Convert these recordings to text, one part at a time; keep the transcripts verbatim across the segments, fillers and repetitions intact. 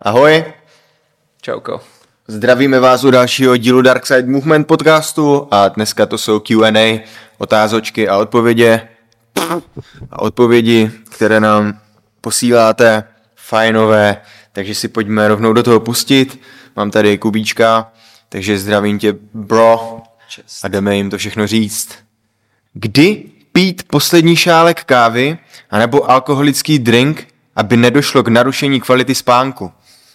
Ahoj. Čauko. Zdravíme vás u dalšího dílu Dark Side Movement podcastu a dneska to jsou Q and A, otázočky a odpovědi. A odpovědi, které nám posíláte, fajnové, takže si pojďme rovnou do toho pustit. Mám tady Kubíčka, takže zdravím tě, bro, Čest. A jdeme jim to všechno říct. Kdy pít poslední šálek kávy anebo alkoholický drink, aby nedošlo k narušení kvality spánku?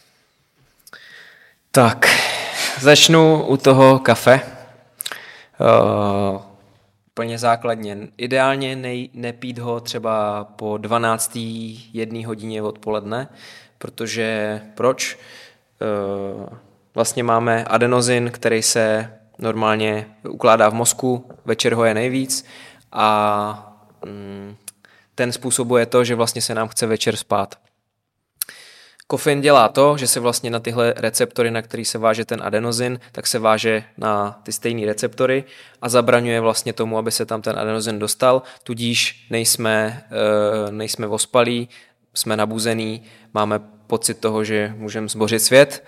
Tak, začnu u toho kafe. Uh, úplně základně. Ideálně nej, nepít ho třeba po dvanácté jedné hodině odpoledne, protože proč? Uh, vlastně máme adenozin, který se normálně ukládá v mozku, večer ho je nejvíc a mm, ten způsobuje to, že vlastně se nám chce večer spát. Kofein dělá to, že se vlastně na tyhle receptory, na který se váže ten adenozin, tak se váže na ty stejné receptory a zabraňuje vlastně tomu, aby se tam ten adenozin dostal, tudíž nejsme, nejsme ospalí, jsme nabuzený, máme pocit toho, že můžeme zbořit svět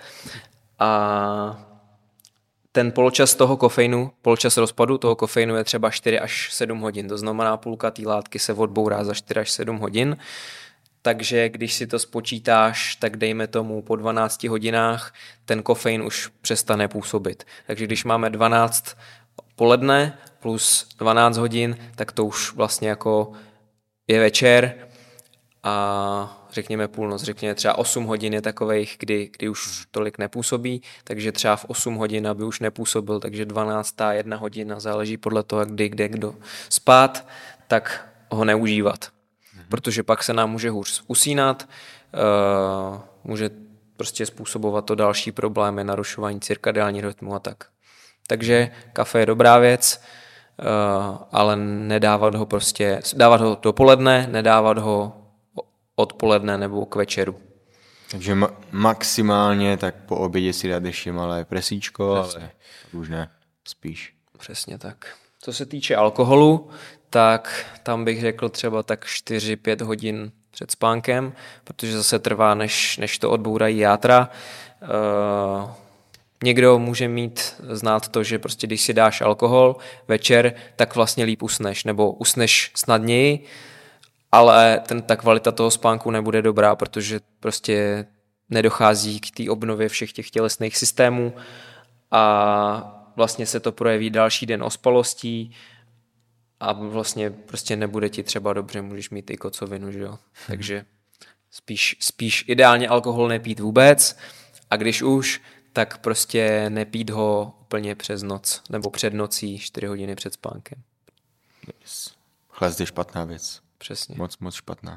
a ten poločas toho kofeinu, poločas rozpadu toho kofeinu je třeba čtyři až sedm hodin, to znamená půlka té látky se odbourá za čtyři až sedm hodin. Takže když si to spočítáš, tak dejme tomu po dvanácti hodinách ten kofein už přestane působit. Takže když máme dvanáct poledne plus dvanáct hodin, tak to už vlastně jako je večer a řekněme půlnoc, řekněme třeba osm hodin je takovejch, kdy, kdy už tolik nepůsobí, takže třeba v osm hodin, aby už nepůsobil, takže dvanáctá jedna hodina, záleží podle toho, kdy kde kdo spát, tak ho neužívat. Protože pak se nám může hůř usínat, uh, může prostě způsobovat to další problémy, narušování cirkadiálního rytmu a tak. Takže kafe je dobrá věc, uh, ale nedávat ho prostě, dávat ho dopoledne, nedávat ho odpoledne nebo k večeru. Takže ma- maximálně tak po obědě si dát ještě malé presíčko, Přesně. ale už ne, spíš. Přesně tak. Co se týče alkoholu, tak tam bych řekl třeba tak čtyři pět hodin před spánkem, protože zase trvá, než, než to odbourají játra. Uh, někdo může mít znát to, že prostě když si dáš alkohol večer, tak vlastně líp usneš, nebo usneš snadněji, ale ten, ta kvalita toho spánku nebude dobrá, protože prostě nedochází k té obnově všech těch tělesných systémů a vlastně se to projeví další den ospalostí a vlastně prostě nebude ti třeba dobře, můžeš mít i kocovinu, že jo. Hmm. Takže spíš, spíš ideálně alkohol nepít vůbec a když už, tak prostě nepít ho úplně přes noc nebo před nocí čtyři hodiny před spánkem. Yes. Chlast je špatná věc. Přesně. Moc, moc špatná.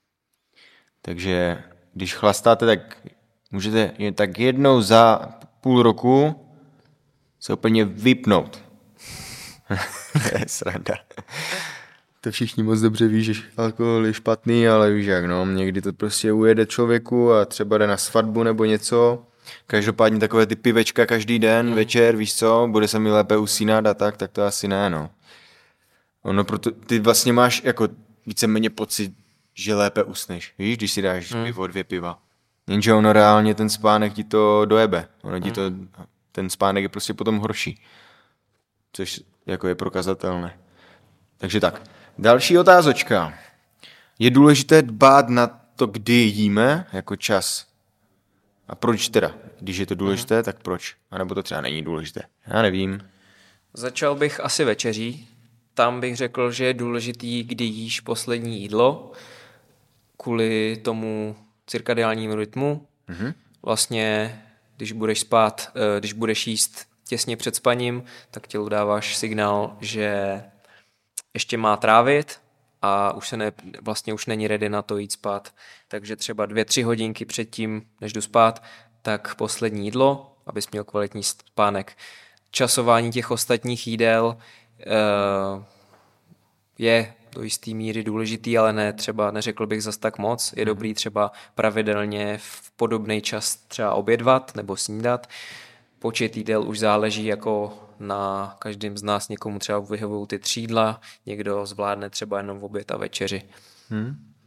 Takže když chlastáte, tak můžete jen tak jednou za půl roku se úplně vypnout. To je sranda. To všichni moc dobře ví, že alkohol je špatný, ale víš jak, no, někdy to prostě ujede člověku a třeba jde na svatbu nebo něco. Každopádně takové ty pivečka každý den, mm. večer, víš co, bude se mi lépe usínat a tak, tak to asi ne, no. Ono proto, ty vlastně máš jako víceméně pocit, že lépe usneš, víš, když si dáš mm. pivo, dvě piva. Jenže ono reálně ten spánek ti to dojebe, ono ti to, ten spánek je prostě potom horší. Což jako je prokazatelné. Takže tak. Další otázočka. Je důležité dbát na to, kdy jíme, jako čas. A proč teda? Když je to důležité, mm. tak proč? A nebo to třeba není důležité? Já nevím. Začal bych asi večeří. Tam bych řekl, že je důležitý, kdy jíš poslední jídlo, kvůli tomu cirkadiálnímu rytmu. Mm-hmm. Vlastně, když budeš spát, když budeš jíst těsně před spaním, tak tělu dáváš signál, že ještě má trávit a už se ne, vlastně už není ready na to jít spát. Takže třeba dvě, tři hodinky předtím, než jdu spát, tak poslední jídlo, abys měl kvalitní spánek. Časování těch ostatních jídel uh, je do jisté míry důležitý, ale ne třeba, neřekl bych zas tak moc. Je dobrý třeba pravidelně v podobný čas třeba obědvat nebo snídat. Počet jídel už záleží jako na každém z nás, někomu třeba vyhovují ty tři jídla, někdo zvládne třeba jenom oběd a večeři. Hmm.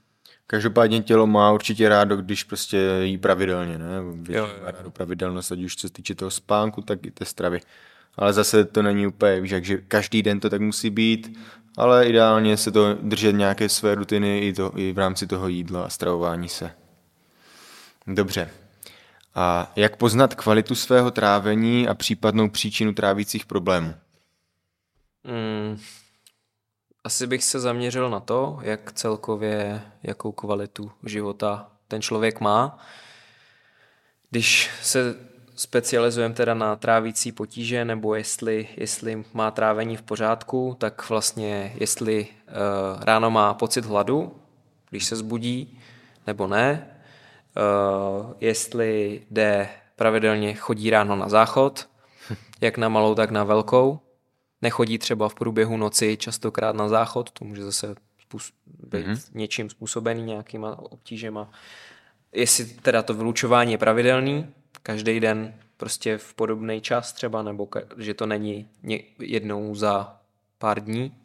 Každopádně tělo má určitě rádo, když prostě jí pravidelně, ne? Jo, jo, jo. Pravidelnost, ať už co se týče toho spánku, tak i té stravy. Ale zase to není úplně, víš, že každý den to tak musí být, ale ideálně se to držet nějaké své rutiny i, to, i v rámci toho jídla a stravování se. Dobře. A jak poznat kvalitu svého trávení a případnou příčinu trávicích problémů? Hmm. Asi bych se zaměřil na to, jak celkově, jakou kvalitu života ten člověk má. Když se specializujeme teda na trávící potíže, nebo jestli, jestli má trávení v pořádku, tak vlastně jestli uh, ráno má pocit hladu, když se zbudí, nebo ne. Uh, jestli jde pravidelně, chodí ráno na záchod, jak na malou, tak na velkou. Nechodí třeba v průběhu noci častokrát na záchod, to může zase způsob, být mm-hmm. něčím způsobený, nějakýma obtížema. Jestli teda to vylučování je pravidelný, každý den prostě v podobný čas třeba, nebo ka- že to není jednou za pár dní.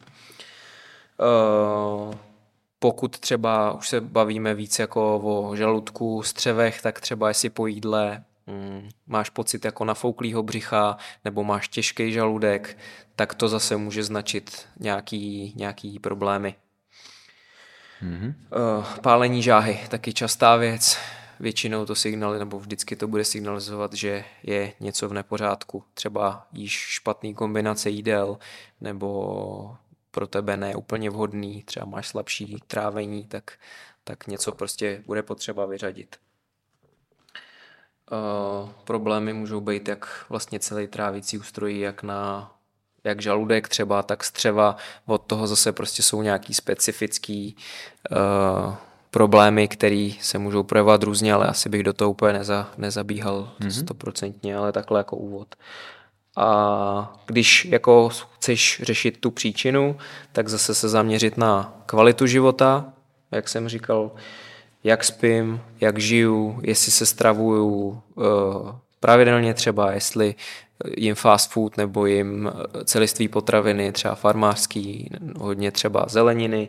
Uh, pokud třeba už se bavíme víc jako o žaludku, střevech, tak třeba jestli po jídle mm, máš pocit jako nafouklýho břicha nebo máš těžký žaludek, tak to zase může značit nějaký, nějaký problémy. Mm-hmm. Uh, pálení žáhy, taky častá věc. Většinou to signál, nebo vždycky to bude signalizovat, že je něco v nepořádku. Třeba jíš špatný kombinace jídel, nebo pro tebe ne úplně vhodný, třeba máš slabší trávení, tak, tak něco prostě bude potřeba vyřadit. Uh, problémy můžou být jak vlastně celý trávicí ústroj, jak na jak žaludek třeba, tak střeva. Od toho zase prostě jsou nějaký specifický uh, problémy, které se můžou projevovat různě, ale asi bych do toho úplně neza, nezabíhal stoprocentně, mm-hmm. ale takhle jako úvod. A když jako chceš řešit tu příčinu, tak zase se zaměřit na kvalitu života, jak jsem říkal, jak spím, jak žiju, jestli se stravuju uh, pravidelně třeba, jestli jim fast food nebo jim celiství potraviny, třeba farmářský, hodně třeba zeleniny.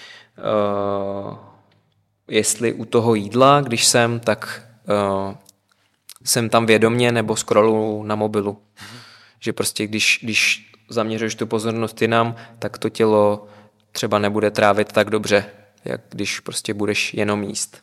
Uh, jestli u toho jídla, když jsem, tak uh, jsem tam vědomně nebo scrolluju na mobilu. Že prostě když, když zaměřuješ tu pozornost jinam, tak to tělo třeba nebude trávit tak dobře, jak když prostě budeš jenom jíst.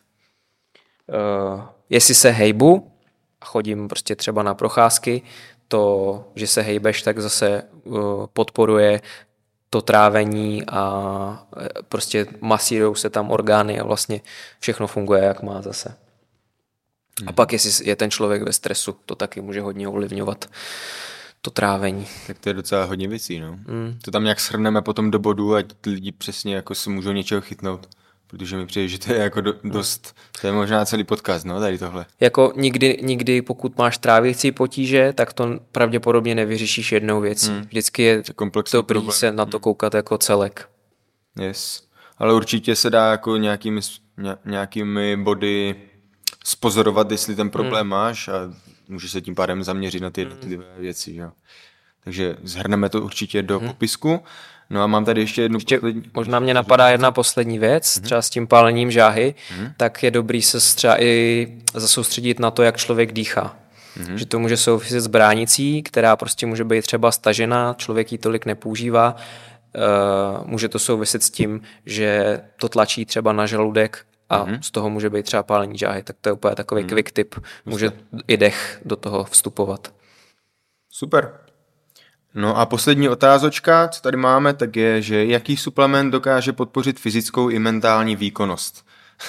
Uh, jestli se hejbu a chodím prostě třeba na procházky, to, že se hejbeš, tak zase uh, podporuje to trávení a prostě masírujou se tam orgány a vlastně všechno funguje, jak má zase. Hmm. A pak, jestli je ten člověk ve stresu, to taky může hodně ovlivňovat to trávení. Tak to je docela hodně věcí, no. Hmm. To tam nějak shrneme potom do bodu, ať lidi přesně jako se můžou něčeho chytnout. Protože mi přijde, že to je jako do, dost, to je možná celý podcast, no, tady tohle. Jako nikdy, nikdy pokud máš trávicí potíže, tak to pravděpodobně nevyřešíš jednou věcí. Hmm. Vždycky je dobrý problém. Se na to koukat jako celek. Yes. Ale určitě se dá jako nějakými, nějakými body spozorovat, jestli ten problém hmm. máš a můžeš se tím pádem zaměřit na ty jednotlivé hmm. věci, jo. Takže zhrneme to určitě do hmm. popisku. No a mám tady ještě jednu... Ještě poslední... Možná mě napadá jedna poslední věc, mm-hmm. třeba s tím pálením žáhy, mm-hmm. tak je dobrý se třeba i zasoustředit na to, jak člověk dýchá. Mm-hmm. Že to může souviset s bránicí, která prostě může být třeba stažená, člověk ji tolik nepoužívá. Uh, může to souviset s tím, že to tlačí třeba na žaludek a mm-hmm. z toho může být třeba pálení žáhy. Tak to je úplně takový mm-hmm. quick tip. Může i dech do toho vstupovat. Super. No a poslední otázočka, co tady máme, tak je, že jaký suplement dokáže podpořit fyzickou i mentální výkonnost?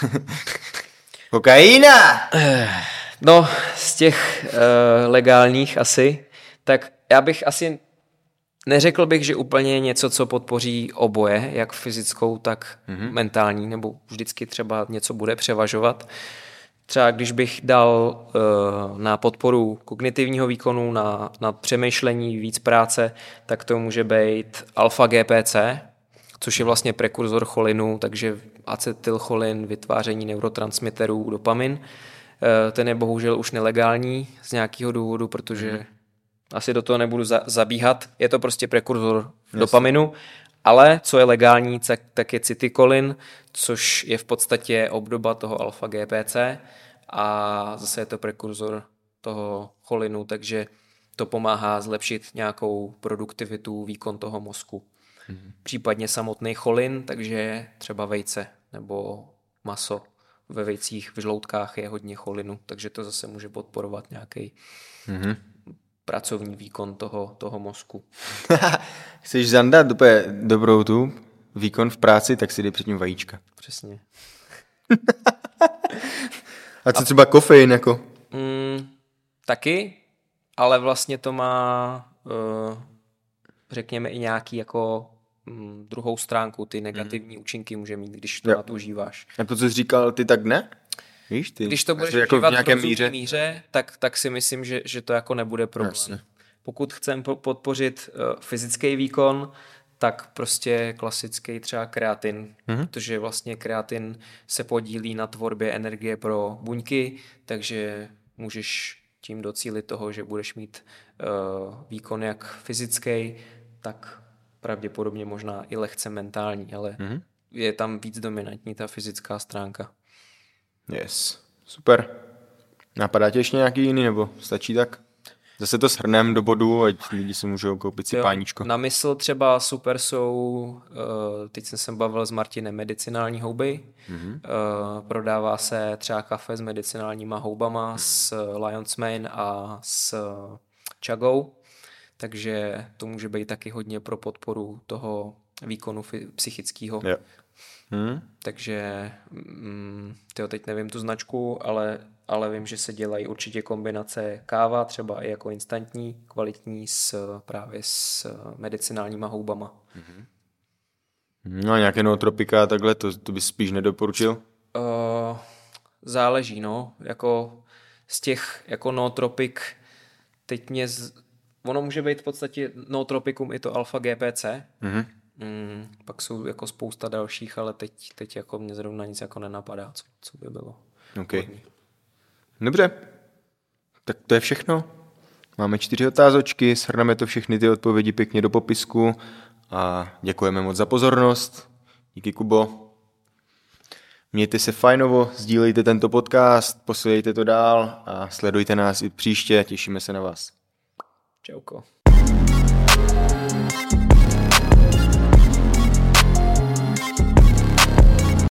Kokaina! No, z těch uh, legálních asi, tak já bych asi neřekl bych, že úplně něco, co podpoří oboje, jak fyzickou, tak mm-hmm. mentální, nebo vždycky třeba něco bude převažovat. Třeba když bych dal uh, na podporu kognitivního výkonu, na, na přemýšlení, víc práce, tak to může být alfa-G P C, což je vlastně prekurzor cholinu, takže acetylcholin, vytváření neurotransmiterů, dopamin. Uh, ten je bohužel už nelegální z nějakého důvodu, protože mm. asi do toho nebudu za, zabíhat. Je to prostě prekurzor yes. dopaminu Ale co je legální, tak, tak je Citicolin, což je v podstatě obdoba toho alfa-G P C a zase je to prekurzor toho cholinu, takže to pomáhá zlepšit nějakou produktivitu, výkon toho mozku. Mm-hmm. Případně samotný cholin, takže třeba vejce nebo maso. Ve vejcích, v žloutkách je hodně cholinu, takže to zase může podporovat nějaký mm-hmm. pracovní výkon toho, toho mozku. Chceš zandat úplně dobrou tu výkon v práci, tak si dej předtím vajíčka. Přesně. A co A... třeba kofein jako? Mm, taky, ale vlastně to má, uh, řekněme, i nějaký jako mm, druhou stránku, ty negativní mm. účinky může mít, když to jo. nadužíváš. A to, co jsi říkal, ty tak ne? Víš, ty? Když to budeš jako v nějaké míře, míře tak, tak si myslím, že, že to jako nebude problém. Jasně. Pokud chcem podpořit uh, fyzický výkon, tak prostě klasický třeba kreatin, mm-hmm. protože vlastně kreatin se podílí na tvorbě energie pro buňky, takže můžeš tím docílit toho, že budeš mít uh, výkon jak fyzický, tak pravděpodobně možná i lehce mentální, ale mm-hmm. je tam víc dominantní ta fyzická stránka. Yes, super. Napadá tě ještě nějaký jiný, nebo stačí tak? Zase to shrneme do bodu, ať lidi si můžou koupit si jo, páníčko. Na mysl třeba super jsou, teď jsem se bavil s Martinem, medicinální houby. Mm-hmm. Prodává se třeba kafe s medicinálníma houbama, mm-hmm. s Lion's Mane a s čagou, takže to může být taky hodně pro podporu toho výkonu psychického. Jo. Hmm. Takže mm, tyjo, teď nevím tu značku, ale, ale vím, že se dělají určitě kombinace káva, třeba i jako instantní, kvalitní s právě s medicinálníma houbama. Hmm. No a nějaké nootropika takhle, to, to bys spíš nedoporučil? Uh, záleží, no. Jako z těch jako nootropik teď mě... Z... Ono může být v podstatě nootropikum i to alfa-G P C. Mhm. Mm, pak jsou jako spousta dalších, ale teď, teď jako mě zrovna nic jako nenapadá, co, co by bylo. Okay. Dobře, tak to je všechno. Máme čtyři otázočky, shrneme to všechny ty odpovědi pěkně do popisku a děkujeme moc za pozornost. Díky, Kubo. Mějte se fajnovo, sdílejte tento podcast, posílejte to dál a sledujte nás i příště, těšíme se na vás. Čauko.